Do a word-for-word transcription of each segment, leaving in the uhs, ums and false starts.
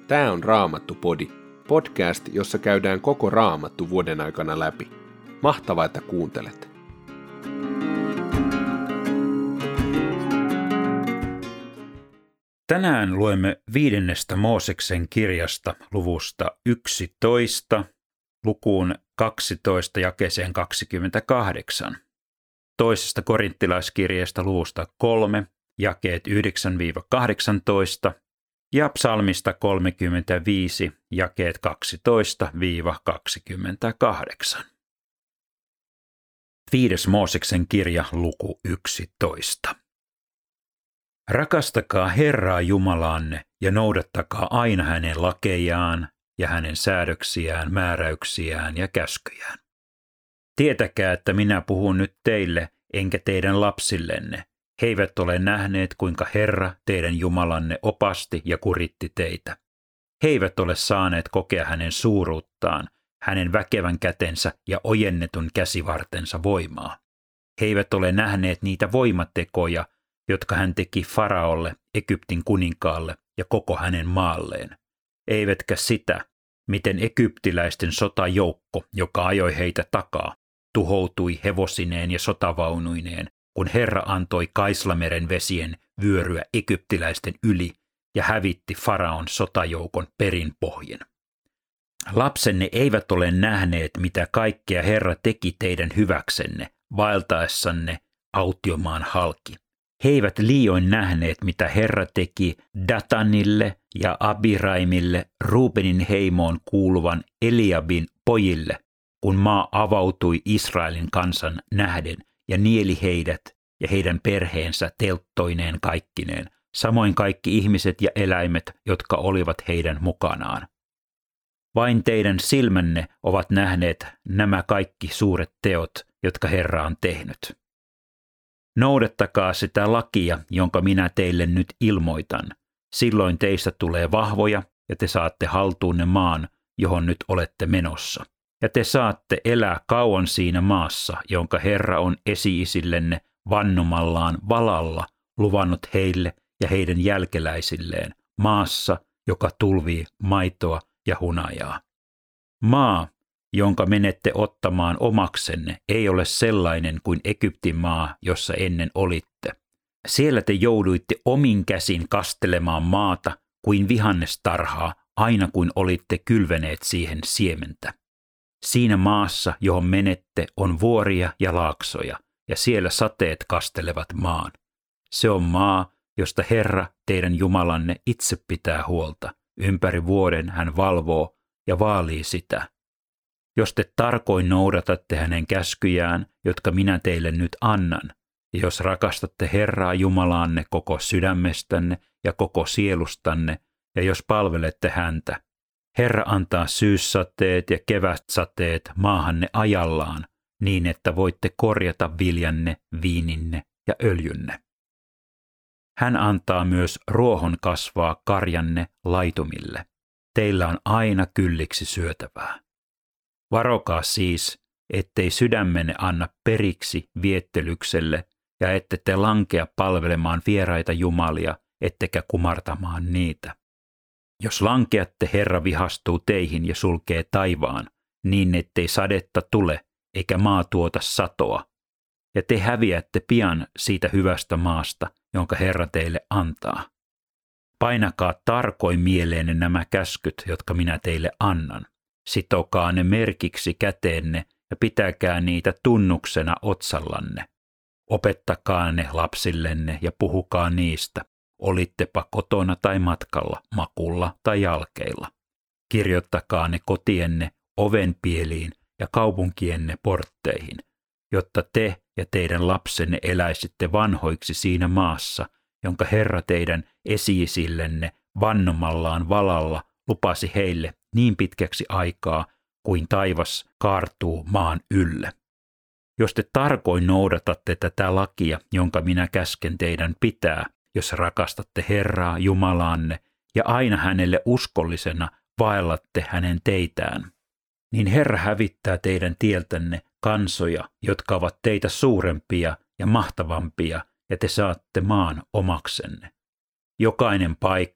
Tää on Raamattu-podi, podcast, jossa käydään koko Raamattu vuoden aikana läpi. Mahtavaa, että kuuntelet! Tänään luemme viidennestä Mooseksen kirjasta luvusta yksitoista, lukuun kaksitoista jakeeseen kaksikymmentäkahdeksan. Toisesta korinttilaiskirjeestä luvusta kolme, jakeet yhdeksän kahdeksantoista ja psalmista kolmekymmentäviisi, jakeet kaksitoista kaksikymmentäkahdeksan. Viides Mooseksen kirja, luku yksitoista. Rakastakaa Herraa Jumalaanne ja noudattakaa aina hänen lakejaan ja hänen säädöksiään, määräyksiään ja käskyjään. Tietäkää, että minä puhun nyt teille, enkä teidän lapsillenne. He eivät ole nähneet, kuinka Herra, teidän Jumalanne, opasti ja kuritti teitä. He eivät ole saaneet kokea hänen suuruuttaan, hänen väkevän kätensä ja ojennetun käsivartensa voimaa. He eivät ole nähneet niitä voimatekoja, jotka hän teki Faraolle, Egyptin kuninkaalle ja koko hänen maalleen. Eivätkä sitä, miten egyptiläisten sotajoukko, joka ajoi heitä takaa, tuhoutui hevosineen ja sotavaunuineen, kun Herra antoi Kaislameren vesien vyöryä egyptiläisten yli ja hävitti Faraon sotajoukon perinpohjin. Lapsenne eivät ole nähneet, mitä kaikkea Herra teki teidän hyväksenne, vaeltaessanne autiomaan halki. He eivät liioin nähneet, mitä Herra teki Datanille ja Abiraimille, Ruubenin heimoon kuuluvan Eliabin pojille, kun maa avautui Israelin kansan nähden ja nieli heidät ja heidän perheensä telttoineen kaikkineen, samoin kaikki ihmiset ja eläimet, jotka olivat heidän mukanaan. Vain teidän silmänne ovat nähneet nämä kaikki suuret teot, jotka Herra on tehnyt. Noudattakaa sitä lakia, jonka minä teille nyt ilmoitan. Silloin teistä tulee vahvoja ja te saatte haltuunne maan, johon nyt olette menossa. Ja te saatte elää kauan siinä maassa, jonka Herra on esi-isillenne vannomallaan valalla luvannut heille ja heidän jälkeläisilleen, maassa, joka tulvii maitoa ja hunajaa. Maa, jonka menette ottamaan omaksenne, ei ole sellainen kuin Egyptin maa, jossa ennen olitte. Siellä te jouduitte omin käsin kastelemaan maata kuin vihannestarhaa, aina kuin olitte kylveneet siihen siementä. Siinä maassa, johon menette, on vuoria ja laaksoja, ja siellä sateet kastelevat maan. Se on maa, josta Herra, teidän Jumalanne, itse pitää huolta. Ympäri vuoden hän valvoo ja vaalii sitä. Jos te tarkoin noudatatte hänen käskyjään, jotka minä teille nyt annan, ja jos rakastatte Herraa Jumalaanne koko sydämestänne ja koko sielustanne, ja jos palvelette häntä, Herra antaa syyssateet ja kevätsateet maahanne ajallaan, niin että voitte korjata viljanne, viininne ja öljynne. Hän antaa myös ruohon kasvaa karjanne laitumille. Teillä on aina kylliksi syötävää. Varokaa siis, ettei sydämenne anna periksi viettelykselle ja ette te lankea palvelemaan vieraita jumalia, ettekä kumartamaan niitä. Jos lankeatte, Herra vihastuu teihin ja sulkee taivaan, niin ettei sadetta tule eikä maa tuota satoa. Ja te häviätte pian siitä hyvästä maasta, jonka Herra teille antaa. Painakaa tarkoin mieleenne nämä käskyt, jotka minä teille annan. Sitokaa ne merkiksi käteenne ja pitäkää niitä tunnuksena otsallanne. Opettakaa ne lapsillenne ja puhukaa niistä, olittepa kotona tai matkalla, makulla tai jalkeilla. Kirjoittakaa ne kotienne ovenpieliin ja kaupunkienne portteihin, jotta te ja teidän lapsenne eläisitte vanhoiksi siinä maassa, jonka Herra teidän esi-isillenne vannomallaan valalla lupasi heille niin pitkäksi aikaa, kuin taivas kaartuu maan ylle. Jos te tarkoin noudatatte tätä lakia, jonka minä käsken teidän pitää, jos rakastatte Herraa Jumalaanne ja aina hänelle uskollisena vaellatte hänen teitään, niin Herra hävittää teidän tieltänne kansoja, jotka ovat teitä suurempia ja mahtavampia, ja te saatte maan omaksenne. Jokainen paikka,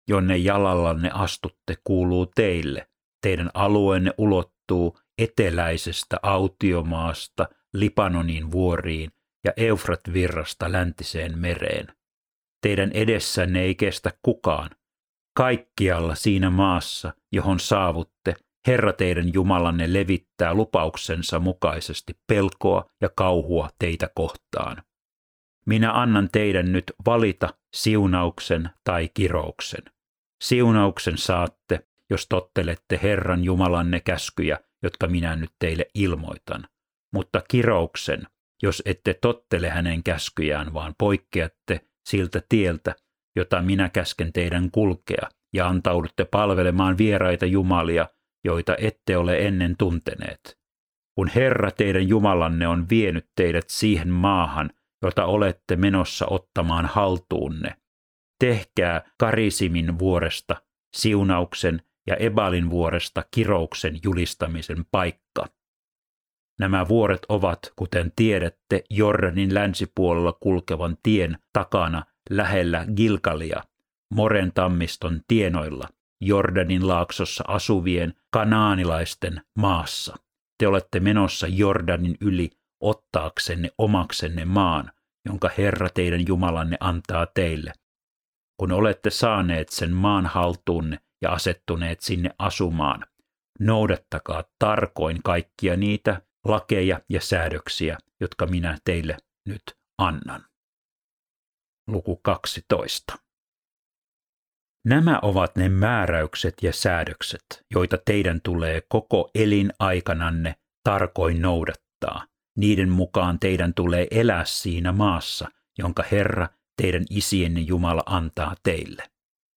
jonne jalallanne astutte, kuuluu teille. Teidän alueenne ulottuu eteläisestä autiomaasta Libanonin vuoriin ja Eufrat-virrasta läntiseen mereen. Teidän edessänne ei kestä kukaan. Kaikkialla siinä maassa, johon saavutte, Herra teidän Jumalanne levittää lupauksensa mukaisesti pelkoa ja kauhua teitä kohtaan. Minä annan teidän nyt valita siunauksen tai kirouksen. Siunauksen saatte, jos tottelette Herran Jumalanne käskyjä, jotka minä nyt teille ilmoitan. Mutta kirouksen, jos ette tottele hänen käskyjään, vaan poikkeatte siltä tieltä, jota minä käsken teidän kulkea, ja antaudutte palvelemaan vieraita jumalia, joita ette ole ennen tunteneet. Kun Herra teidän Jumalanne on vienyt teidät siihen maahan, jota olette menossa ottamaan haltuunne, tehkää Karisimin vuoresta siunauksen ja Ebalin vuoresta kirouksen julistamisen paikka. Nämä vuoret ovat, kuten tiedätte, Jordanin länsipuolella kulkevan tien takana lähellä Gilgalia, Moren tammiston tienoilla, Jordanin laaksossa asuvien kanaanilaisten maassa. Te olette menossa Jordanin yli ottaaksenne omaksenne maan, jonka Herra teidän Jumalanne antaa teille. Kun olette saaneet sen maan haltuunne ja asettuneet sinne asumaan, noudattakaa tarkoin kaikkia niitä lakeja ja säädöksiä, jotka minä teille nyt annan. Luku kaksitoista. Nämä ovat ne määräykset ja säädökset, joita teidän tulee koko elinaikananne tarkoin noudattaa. Niiden mukaan teidän tulee elää siinä maassa, jonka Herra teidän isienne Jumala antaa teille.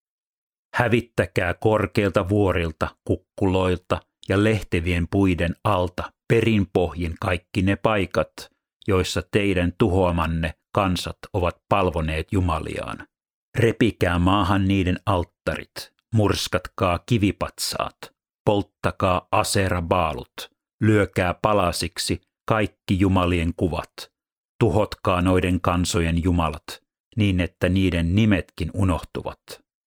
Hävittäkää korkeilta vuorilta, kukkuloilta ja lehtevien puiden alta perinpohjin kaikki ne paikat, joissa teidän tuhoamanne kansat ovat palvoneet jumaliaan. Repikää maahan niiden alttarit, murskatkaa kivipatsaat, polttakaa aserabaalut, lyökää palasiksi kaikki jumalien kuvat, tuhotkaa noiden kansojen jumalat, niin että niiden nimetkin unohtuvat.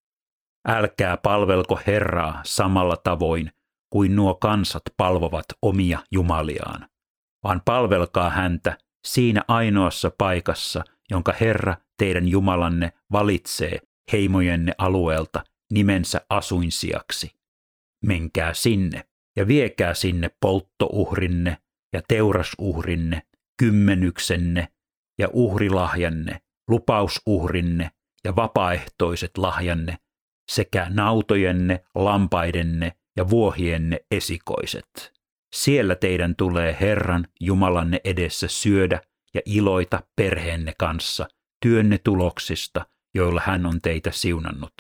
Älkää palvelko Herraa samalla tavoin kuin nuo kansat palvovat omia jumaliaan, vaan palvelkaa häntä siinä ainoassa paikassa, jonka Herra teidän Jumalanne valitsee heimojenne alueelta nimensä asuinsijaksi. Menkää sinne ja viekää sinne polttouhrinne ja teurasuhrinne, kymmenyksenne ja uhrilahjanne, lupausuhrinne ja vapaaehtoiset lahjanne sekä nautojenne, lampaidenne ja vuohienne esikoiset. Siellä teidän tulee Herran Jumalanne edessä syödä ja iloita perheenne kanssa työnne tuloksista, joilla hän on teitä siunannut.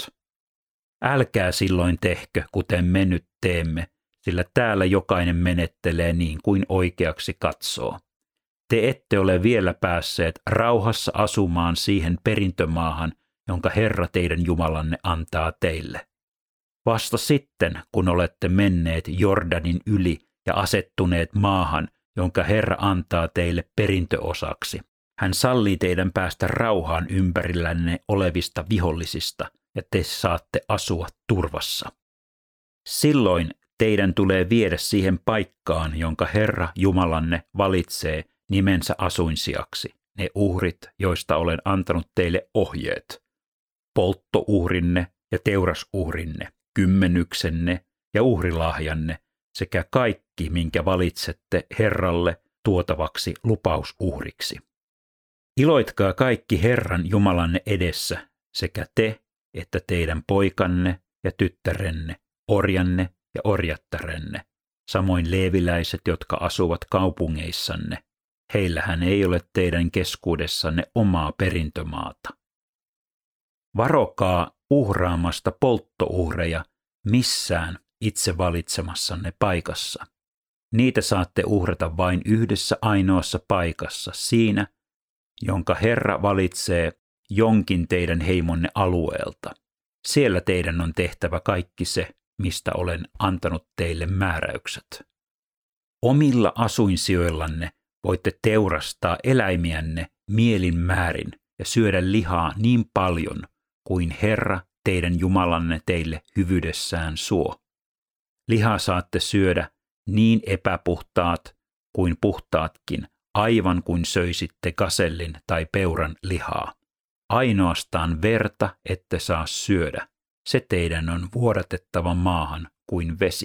Älkää silloin tehkö, kuten me nyt teemme, sillä täällä jokainen menettelee niin kuin oikeaksi katsoo. Te ette ole vielä päässeet rauhassa asumaan siihen perintömaahan, jonka Herra teidän Jumalanne antaa teille. Vasta sitten, kun olette menneet Jordanin yli ja asettuneet maahan, jonka Herra antaa teille perintöosaksi, hän sallii teidän päästä rauhaan ympärillänne olevista vihollisista, ja te saatte asua turvassa. Silloin teidän tulee viedä siihen paikkaan, jonka Herra Jumalanne valitsee nimensä asuinsijaksi, ne uhrit, joista olen antanut teille ohjeet, polttouhrinne ja teurasuhrinne, kymmenyksenne ja uhrilahjanne sekä kaikki, minkä valitsette Herralle tuotavaksi lupausuhriksi. Iloitkaa kaikki Herran Jumalanne edessä, sekä te että teidän poikanne ja tyttärenne, orjanne ja orjattarenne, samoin leeviläiset, jotka asuvat kaupungeissanne. Heillähän ei ole teidän keskuudessanne omaa perintömaata. Varokaa uhraamasta polttouhreja missään itse valitsemassanne paikassa. Niitä saatte uhrata vain yhdessä ainoassa paikassa, siinä, jonka Herra valitsee jonkin teidän heimonne alueelta. Siellä teidän on tehtävä kaikki se, mistä olen antanut teille määräykset. Omilla asuinsijoillanne voitte teurastaa eläimiänne mielin määrin ja syödä lihaa niin paljon kuin Herra teidän Jumalanne teille hyvyydessään suo. Lihaa saatte syödä niin epäpuhtaat kuin puhtaatkin, aivan kuin söisitte gasellin tai peuran lihaa. Ainoastaan verta ette saa syödä, se teidän on vuodatettava maahan kuin vesi.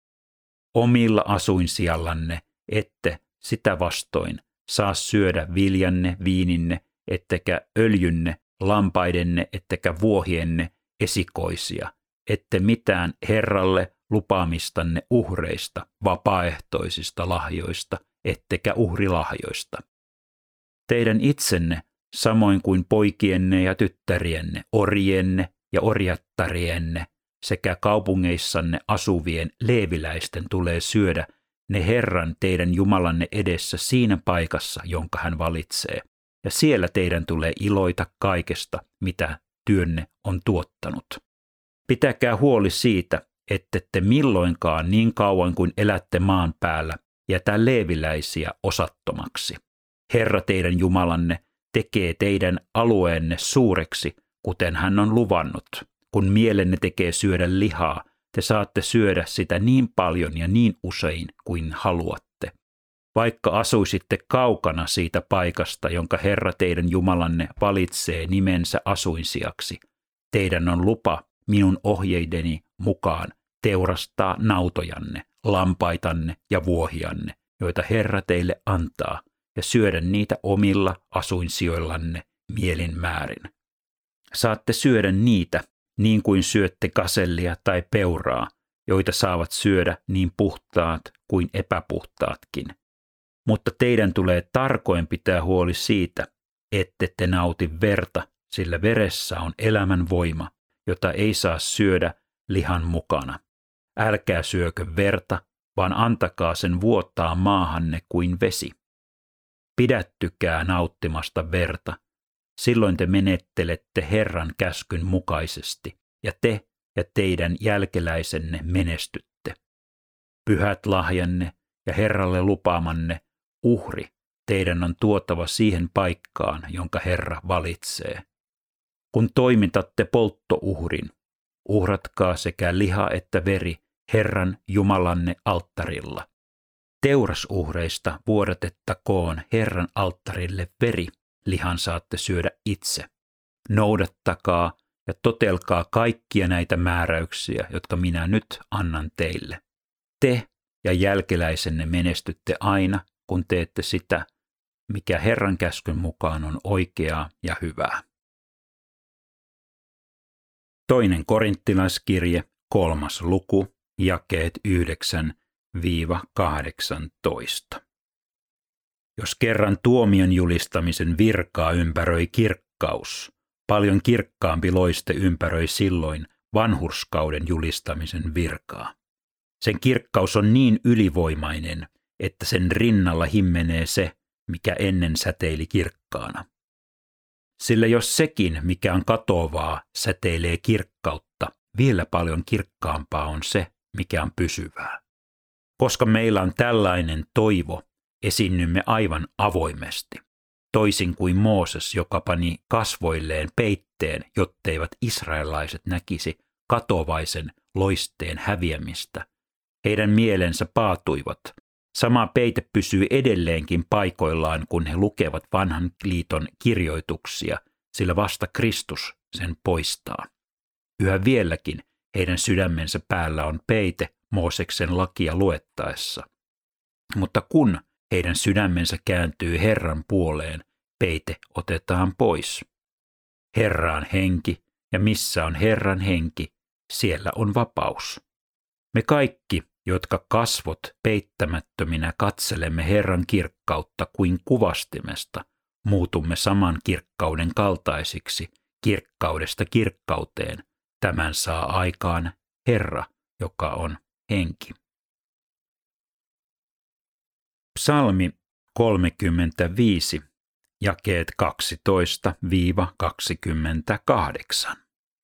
Omilla asuinsijallanne ette sitä vastoin saa syödä viljanne, viininne, ettekä öljynne, lampaidenne, ettekä vuohienne esikoisia, ette mitään Herralle lupaamistanne uhreista, vapaaehtoisista lahjoista, ettekä uhrilahjoista. Teidän itsenne, samoin kuin poikienne ja tyttärienne, orjenne ja orjattarienne sekä kaupungeissanne asuvien leeviläisten tulee syödä ne Herran teidän Jumalanne edessä siinä paikassa, jonka hän valitsee, ja siellä teidän tulee iloita kaikesta, mitä työnne on tuottanut. Pitäkää huoli siitä, ettette milloinkaan niin kauan kuin elätte maan päällä jätä leeviläisiä osattomaksi. Herra teidän Jumalanne tekee teidän alueenne suureksi, kuten hän on luvannut. Kun mielenne tekee syödä lihaa, te saatte syödä sitä niin paljon ja niin usein kuin haluatte. Vaikka asuisitte kaukana siitä paikasta, jonka Herra teidän Jumalanne valitsee nimensä asuinsijaksi, teidän on lupa minun ohjeideni mukaan teurastaa nautojanne, lampaitanne ja vuohianne, joita Herra teille antaa, ja syödä niitä omilla asuinsijoillanne mielin määrin. Saatte syödä niitä, niin kuin syötte gasellia tai peuraa, joita saavat syödä niin puhtaat kuin epäpuhtaatkin. Mutta teidän tulee tarkoin pitää huoli siitä, ette te nauti verta, sillä veressä on elämän voima, jota ei saa syödä lihan mukana. Älkää syökö verta, vaan antakaa sen vuottaa maahanne kuin vesi. Pidättykää nauttimasta verta, silloin te menettelette Herran käskyn mukaisesti, ja te ja teidän jälkeläisenne menestytte. Pyhät lahjanne ja Herralle lupaamanne uhri teidän on tuotava siihen paikkaan, jonka Herra valitsee. Kun toimitatte polttouhrin, uhratkaa sekä liha että veri Herran Jumalanne alttarilla. Teurasuhreista vuodatettakoon Herran alttarille veri, lihan saatte syödä itse. Noudattakaa ja totelkaa kaikkia näitä määräyksiä, jotka minä nyt annan teille. Te ja jälkeläisenne menestytte aina, kun teette sitä, mikä Herran käskyn mukaan on oikeaa ja hyvää. Toinen korinttilaiskirje, kolmas luku, jakeet yhdeksän kahdeksantoista. Jos kerran tuomion julistamisen virkaa ympäröi kirkkaus, paljon kirkkaampi loiste ympäröi silloin vanhurskauden julistamisen virkaa. Sen kirkkaus on niin ylivoimainen, että sen rinnalla himmenee se, mikä ennen säteili kirkkaana. Sillä jos sekin, mikä on katoavaa, säteilee kirkkautta, vielä paljon kirkkaampaa on se, mikä on pysyvää. Koska meillä on tällainen toivo, esiinnymme aivan avoimesti, toisin kuin Mooses, joka pani kasvoilleen peitteen, jotteivät israelaiset näkisi katovaisen loisteen häviämistä. Heidän mielensä paatuivat. Sama peite pysyy edelleenkin paikoillaan, kun he lukevat vanhan liiton kirjoituksia, sillä vasta Kristus sen poistaa. Yhä vieläkin heidän sydämensä päällä on peite Mooseksen lakia luettaessa. Mutta kun heidän sydämensä kääntyy Herran puoleen, peite otetaan pois. Herra on henki, ja missä on Herran henki, siellä on vapaus. Me kaikki, jotka kasvot peittämättöminä katselemme Herran kirkkautta kuin kuvastimesta, muutumme saman kirkkauden kaltaisiksi kirkkaudesta kirkkauteen. Tämän saa aikaan Herra, joka on henki. Psalmi kolmekymmentäviisi, jakeet kaksitoista kaksikymmentäkahdeksan.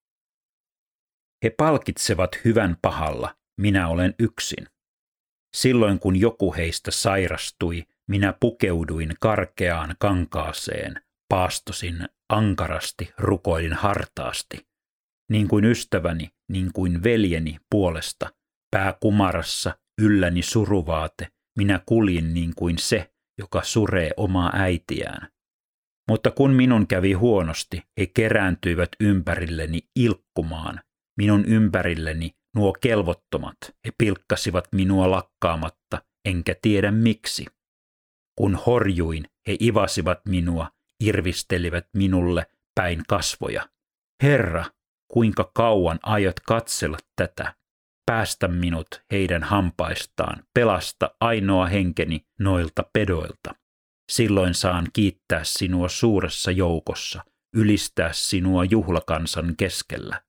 He palkitsevat hyvän pahalla, minä olen yksin. Silloin kun joku heistä sairastui, minä pukeuduin karkeaan kankaaseen, paastosin ankarasti, rukoilin hartaasti. niin kuin ystäväni, niin kuin veljeni puolesta, pää kumarassa, ylläni suruvaate, minä kuljin niin kuin se, joka suree omaa äitiään. Mutta kun minun kävi huonosti, he kerääntyivät ympärilleni ilkkumaan. Minun ympärilleni nuo kelvottomat, he pilkkasivat minua lakkaamatta, enkä tiedä miksi. Kun horjuin, he ivasivat minua, irvistelivät minulle päin kasvoja. Herra, kuinka kauan aiot katsella tätä? Päästä minut heidän hampaistaan, pelasta ainoa henkeni noilta pedoilta. Silloin saan kiittää sinua suuressa joukossa, ylistää sinua juhlakansan keskellä.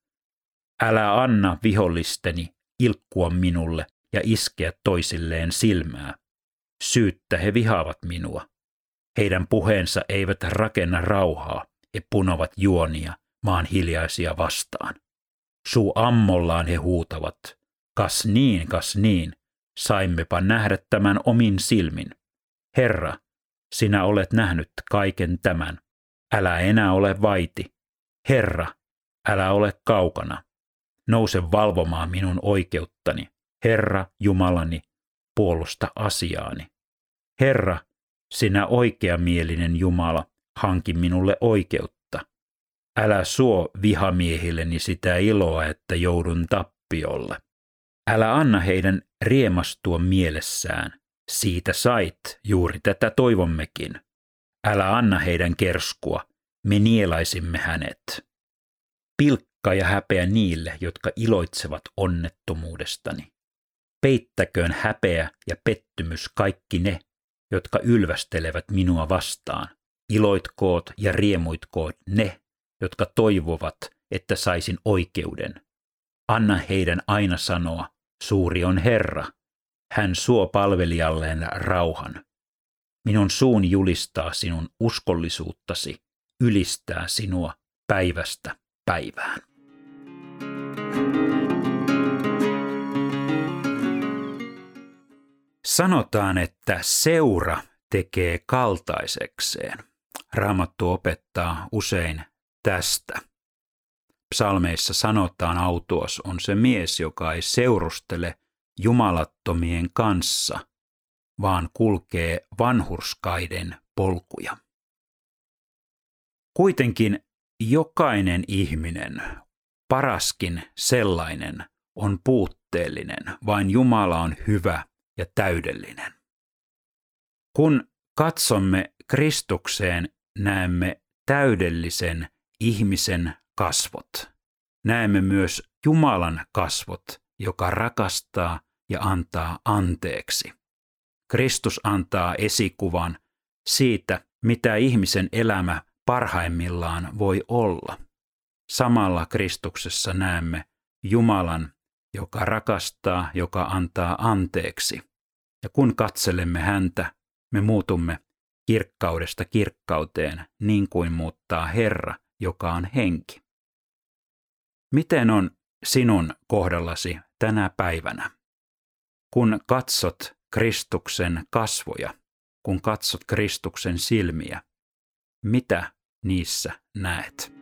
Älä anna vihollisteni ilkkua minulle ja iskeä toisilleen silmää. Syyttä he vihaavat minua. Heidän puheensa eivät rakenna rauhaa, he punovat juonia maan hiljaisia vastaan. Suu ammollaan he huutavat, kas niin, kas niin, saimmepa nähdä tämän omin silmin. Herra, sinä olet nähnyt kaiken tämän. Älä enää ole vaiti. Herra, älä ole kaukana. Nouse valvomaan minun oikeuttani. Herra, Jumalani, puolusta asiaani. Herra, sinä oikeamielinen Jumala, hanki minulle oikeutta. Älä suo vihamiehilleni sitä iloa, että joudun tappiolle. Älä anna heidän riemastua mielessään. Siitä sait, juuri tätä toivommekin. Älä anna heidän kerskua, me nielaisimme hänet. Pilkka ja häpeä niille, jotka iloitsevat onnettomuudestani. Peittäköön häpeä ja pettymys kaikki ne, jotka ylvästelevät minua vastaan. Iloitkoot ja riemuitkoot ne, jotka toivovat, että saisin oikeuden. Anna heidän aina sanoa, suuri on Herra. Hän suo palvelijalleen rauhan. Minun suuni julistaa sinun uskollisuuttasi, ylistää sinua päivästä päivään. Sanotaan, että seura tekee kaltaisekseen. Raamattu opettaa usein tästä. Psalmeissa sanotaan, autuas on se mies, joka ei seurustele jumalattomien kanssa, vaan kulkee vanhurskaiden polkuja. Kuitenkin jokainen ihminen, paraskin sellainen, on puutteellinen, vain Jumala on hyvä ja täydellinen. Kun katsomme Kristukseen, näemme täydellisen ihmisen kasvot. Näemme myös Jumalan kasvot, joka rakastaa ja antaa anteeksi. Kristus antaa esikuvan siitä, mitä ihmisen elämä parhaimmillaan voi olla. Samalla Kristuksessa näemme Jumalan, joka rakastaa, joka antaa anteeksi. Ja kun katselemme häntä, me muutumme kirkkaudesta kirkkauteen, niin kuin muuttaa Herra, joka on henki. Miten on sinun kohdallasi tänä päivänä? Kun katsot Kristuksen kasvoja, kun katsot Kristuksen silmiä, mitä niissä näet?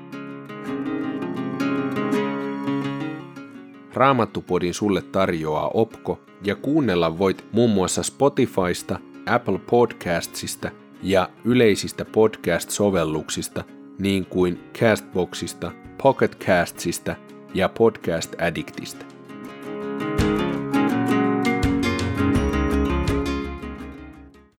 Raamattupodin sulle tarjoaa Opko ja kuunnella voit muun muassa Spotifysta, Apple Podcastsista ja yleisistä podcast-sovelluksista niin kuin Castboxista, Pocket Castsista ja Podcast Addictista.